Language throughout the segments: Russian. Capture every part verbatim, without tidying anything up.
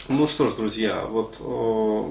Ну что ж, друзья, вот э,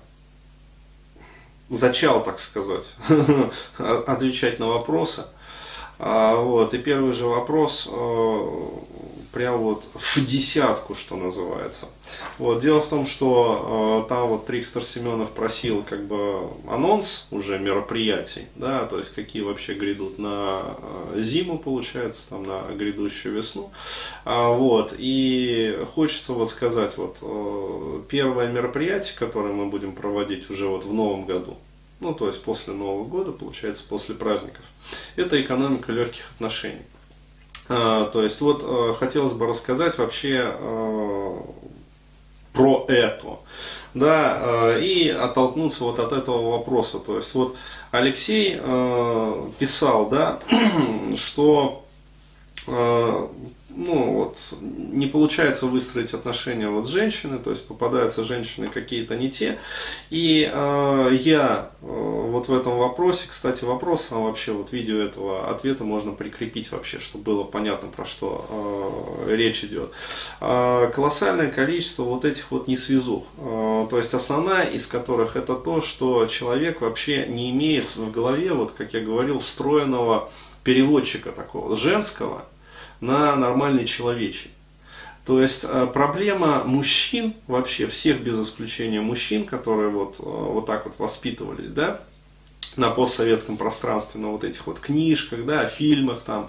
зачал, так сказать, отвечать на вопросы. А, вот, и первый же вопрос, э, прям вот в десятку, что называется. Вот, дело в том, что э, там вот Трикстер Семенов просил как бы анонс уже мероприятий, да, то есть какие вообще грядут на э, зиму, получается, там на грядущую весну. А, вот, и хочется вот сказать, вот э, первое мероприятие, которое мы будем проводить уже вот в новом году, ну, то есть после Нового года, получается, после праздников. Это экономика легких отношений. А, то есть, вот а, хотелось бы рассказать вообще а, про это. Да, а, и оттолкнуться вот от этого вопроса. То есть, вот Алексей а, писал, да, что а, ну, вот, не получается выстроить отношения вот с женщиной, то есть попадаются женщины какие-то не те. И э, я э, вот в этом вопросе, кстати, вопрос, а вообще вот видео этого ответа можно прикрепить вообще, чтобы было понятно, про что э, речь идет. Э, колоссальное количество вот этих вот несвязух, э, то есть основная из которых это то, что человек вообще не имеет в голове, вот как я говорил, встроенного переводчика такого женского на нормальный человечий. То есть проблема мужчин, вообще всех без исключения мужчин, которые вот, вот так вот воспитывались, да, на постсоветском пространстве, на вот этих вот книжках, да, фильмах, там,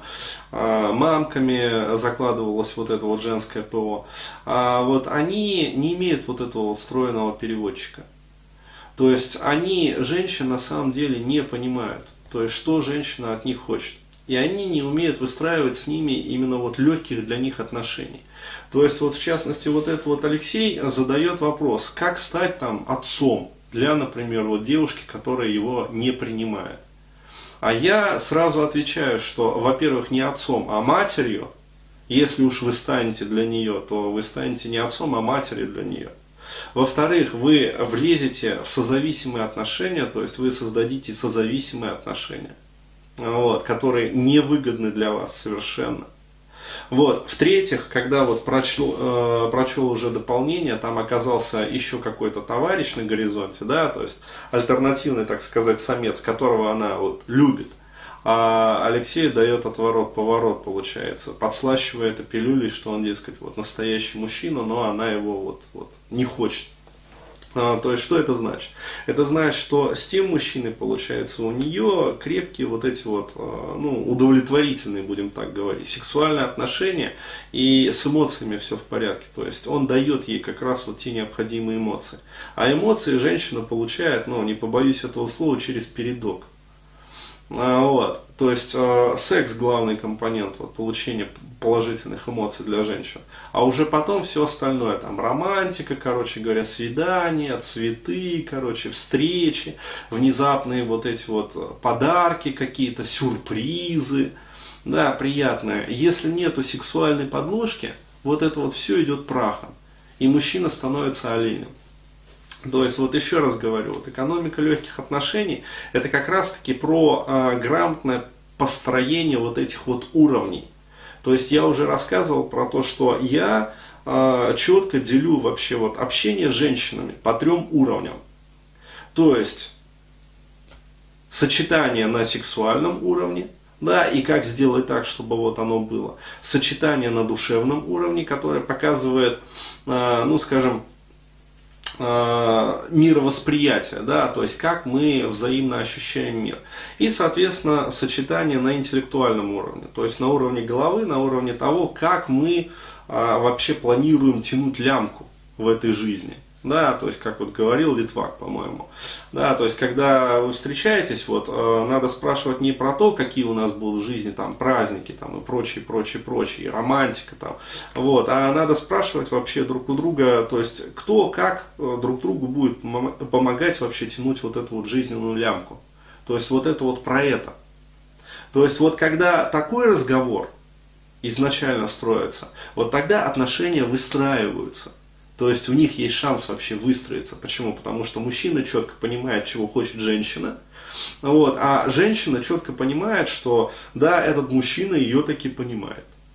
мамками закладывалось вот это вот женское ПО, а вот они не имеют вот этого вот встроенного переводчика. То есть они, женщин на самом деле не понимают, то есть что женщина от них хочет. И они не умеют выстраивать с ними именно вот легких для них отношений. То есть вот в частности вот этот вот Алексей задает вопрос, как стать там отцом для, например, вот девушки, которая его не принимает. А я сразу отвечаю, что, во-первых, не отцом, а матерью. Если уж вы станете для нее, то вы станете не отцом, а матерью для нее. Во-вторых, вы влезете в созависимые отношения, то есть вы создадите созависимые отношения, вот, которые невыгодны для вас совершенно. Вот. В-третьих, когда вот прочел, э, прочел уже дополнение, там оказался еще какой-то товарищ на горизонте, да, то есть альтернативный, так сказать, самец, которого она вот любит, а Алексей дает отворот-поворот, получается, подслащивая это пилюлей, что он, дескать, вот настоящий мужчина, но она его вот, вот не хочет. А, то есть, что это значит? Это значит, что с тем мужчиной, получается, у нее крепкие вот эти вот, ну, удовлетворительные, будем так говорить, сексуальные отношения, и с эмоциями все в порядке. То есть, он дает ей как раз вот те необходимые эмоции. А эмоции женщина получает, ну, не побоюсь этого слова, через передок. Вот. То есть э, секс главный компонент вот, получения положительных эмоций для женщин. А уже потом все остальное, там романтика, короче говоря, свидания, цветы, короче, встречи, внезапные вот эти вот подарки какие-то, сюрпризы, да, приятное. Если нету сексуальной подложки, вот это вот все идет прахом. И мужчина становится оленем. То есть, вот еще раз говорю, вот экономика легких отношений, это как раз таки про э, грамотное построение вот этих вот уровней. То есть, я уже рассказывал про то, что я э, четко делю вообще вот общение с женщинами по трем уровням. То есть, сочетание на сексуальном уровне, да, и как сделать так, чтобы вот оно было. Сочетание на душевном уровне, которое показывает, э, ну, скажем, мировосприятия, да, то есть как мы взаимно ощущаем мир. И, соответственно, сочетание на интеллектуальном уровне, то есть на уровне головы, на уровне того, как мы а, вообще планируем тянуть лямку в этой жизни. Да, то есть, как вот говорил Литвак, по-моему. Да, то есть, когда вы встречаетесь, вот, э, надо спрашивать не про то, какие у нас будут в жизни там праздники там, и прочее, прочее, прочее, и романтика там, вот, а надо спрашивать вообще друг у друга, то есть, кто как э, друг другу будет помогать вообще тянуть вот эту вот жизненную лямку. То есть, вот это вот про это. То есть, вот когда такой разговор изначально строится, вот тогда отношения выстраиваются. То есть у них есть шанс вообще выстроиться. Почему? Потому что мужчина четко понимает, чего хочет женщина. Вот, а женщина четко понимает, что да, этот мужчина ее таки понимает.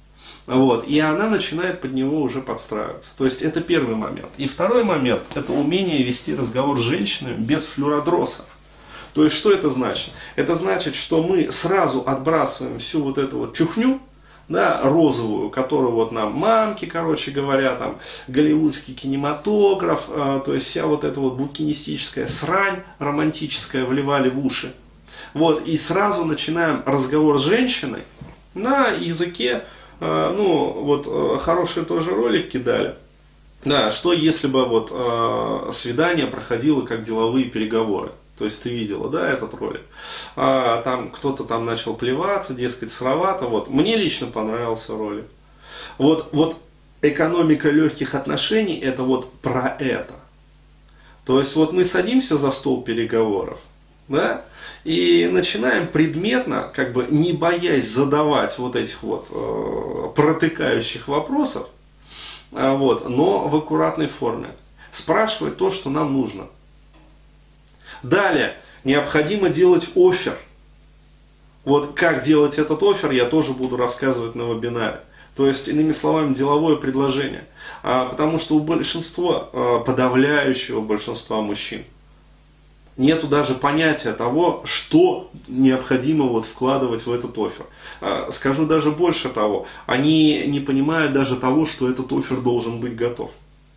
Вот, и она начинает под него уже подстраиваться. То есть это первый момент. И второй момент – это умение вести разговор с женщинами без флюородроса. То есть что это значит? Это значит, что мы сразу отбрасываем всю вот эту вот чухню, да, розовую, которую вот нам мамки, короче говоря, там, голливудский кинематограф, э, то есть вся вот эта вот букинистическая срань романтическая вливали в уши. Вот, и сразу начинаем разговор с женщиной на языке, э, ну, вот, э, хороший тоже ролик кидали. Да, что если бы вот э, свидание проходило как деловые переговоры. То есть ты видела, да, этот ролик. А, там кто-то там начал плеваться, дескать, сыровато. Вот. Мне лично понравился ролик. Вот, вот экономика легких отношений – это вот про это. То есть вот мы садимся за стол переговоров, да, и начинаем предметно, как бы не боясь задавать вот этих вот э, протыкающих вопросов, э, вот, но в аккуратной форме. Спрашивать то, что нам нужно. Далее, необходимо делать оффер. Вот как делать этот оффер, я тоже буду рассказывать на вебинаре. То есть, иными словами, деловое предложение. А, потому что у большинства, а, подавляющего большинства мужчин, нету даже понятия того, что необходимо вот вкладывать в этот оффер. А, скажу даже больше того, они не понимают даже того, что этот оффер должен быть готов.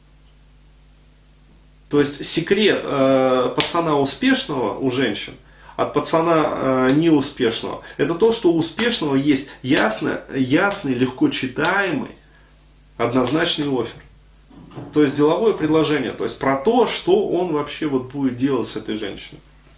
То есть секрет э, пацана успешного у женщин от пацана э, неуспешного – это то, что у успешного есть ясно, ясный, легко читаемый, однозначный оффер. То есть деловое предложение, то есть про то, что он вообще вот будет делать с этой женщиной.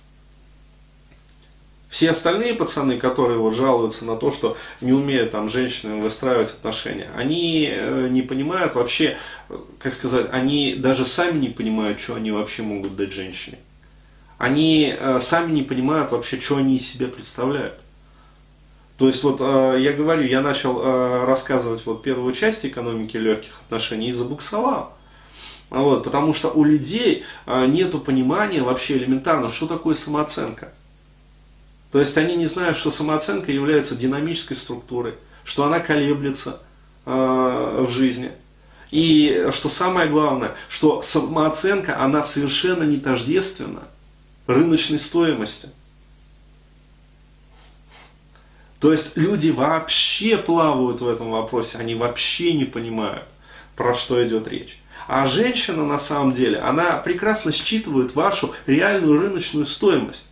Все остальные пацаны, которые вот жалуются на то, что не умеют там женщинами выстраивать отношения, они не понимают вообще, как сказать, они даже сами не понимают, что они вообще могут дать женщине. Они сами не понимают вообще, что они из себя представляют. То есть вот я говорю, я начал рассказывать вот первую часть экономики легких отношений и забуксовал. Вот, потому что у людей нету понимания вообще элементарно, что такое самооценка. То есть они не знают, что самооценка является динамической структурой, что она колеблется э, в жизни. И что самое главное, что самооценка, она совершенно не тождественна рыночной стоимости. То есть люди вообще плавают в этом вопросе, они вообще не понимают, про что идет речь. А женщина на самом деле, она прекрасно считывает вашу реальную рыночную стоимость.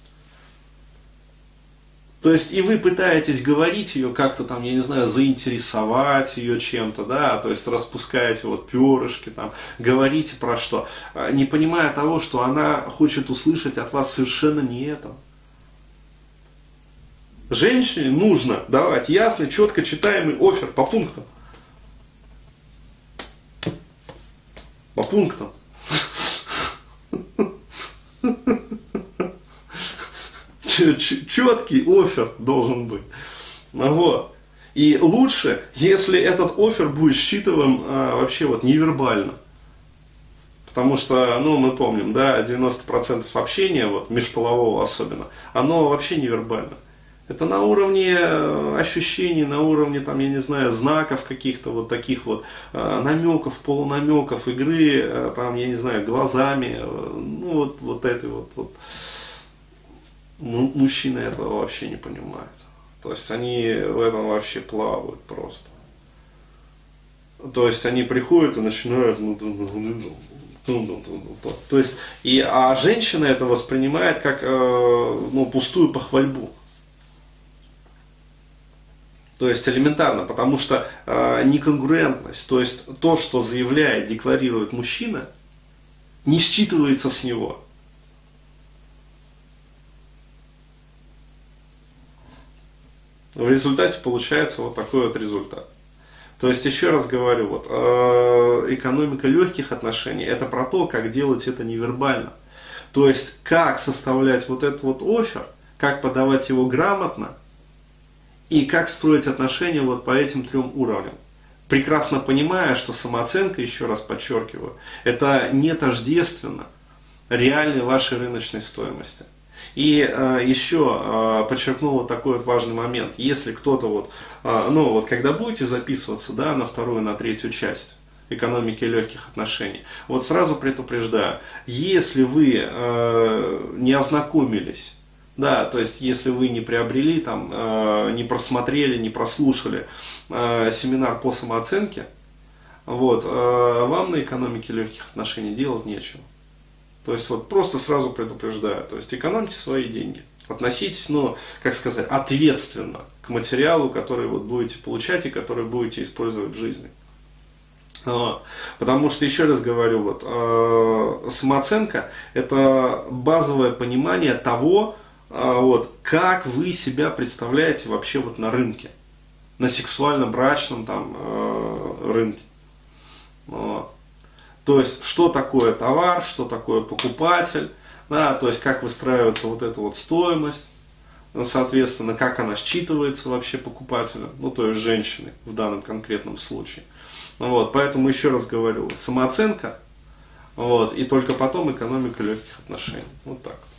То есть и вы пытаетесь говорить ее как-то там, я не знаю, заинтересовать ее чем-то, да, то есть распускаете вот перышки, там, говорите про что, не понимая того, что она хочет услышать от вас совершенно не это. Женщине нужно давать ясный, четко читаемый оффер по пунктам. По пунктам. Четкий оффер должен быть. Вот. И лучше, если этот оффер будет считываем а, вообще вот невербально. Потому что, ну, мы помним, да, девяносто процентов общения, вот, межполового особенно, оно вообще невербально. Это на уровне ощущений, на уровне, там, я не знаю, знаков каких-то вот таких вот, э, намеков, полунамеков, игры, э, там, я не знаю, глазами, э, ну, вот, вот этой вот, вот. Ну, мужчины этого вообще не понимают. То есть они в этом вообще плавают просто. То есть они приходят и начинают, ну, то есть, и, а женщина это воспринимает как э, ну, пустую похвальбу. То есть элементарно, потому что э, неконгруентность, то есть то, что заявляет, декларирует мужчина, не считывается с него. В результате получается вот такой вот результат. То есть, еще раз говорю, вот, э, экономика легких отношений – это про то, как делать это невербально. То есть, как составлять вот этот вот оффер, как подавать его грамотно, и как строить отношения вот по этим трем уровням. Прекрасно понимая, что самооценка, еще раз подчеркиваю, это не тождественно реальной вашей рыночной стоимости. И э, еще э, подчеркну вот такой вот важный момент. Если кто-то вот, э, ну вот когда будете записываться, да, на вторую, на третью часть экономики легких отношений, вот сразу предупреждаю, если вы э, не ознакомились, да, то есть если вы не приобрели, там, э, не просмотрели, не прослушали э, семинар по самооценке, вот, э, вам на экономике легких отношений делать нечего. То есть вот просто сразу предупреждаю, то есть экономьте свои деньги, относитесь, ну, как сказать, ответственно к материалу, который вот будете получать и который будете использовать в жизни. Потому что, еще раз говорю, вот, э, самооценка – это базовое понимание того, э, вот, как вы себя представляете вообще вот на рынке, на сексуально-брачном там, э, рынке. Вот. То есть, что такое товар, что такое покупатель, да, то есть, как выстраивается вот эта вот стоимость, ну, соответственно, как она считывается вообще покупателем, ну, то есть, женщины в данном конкретном случае. Вот, поэтому еще раз говорю, самооценка, вот, и только потом экономика легких отношений. Вот так.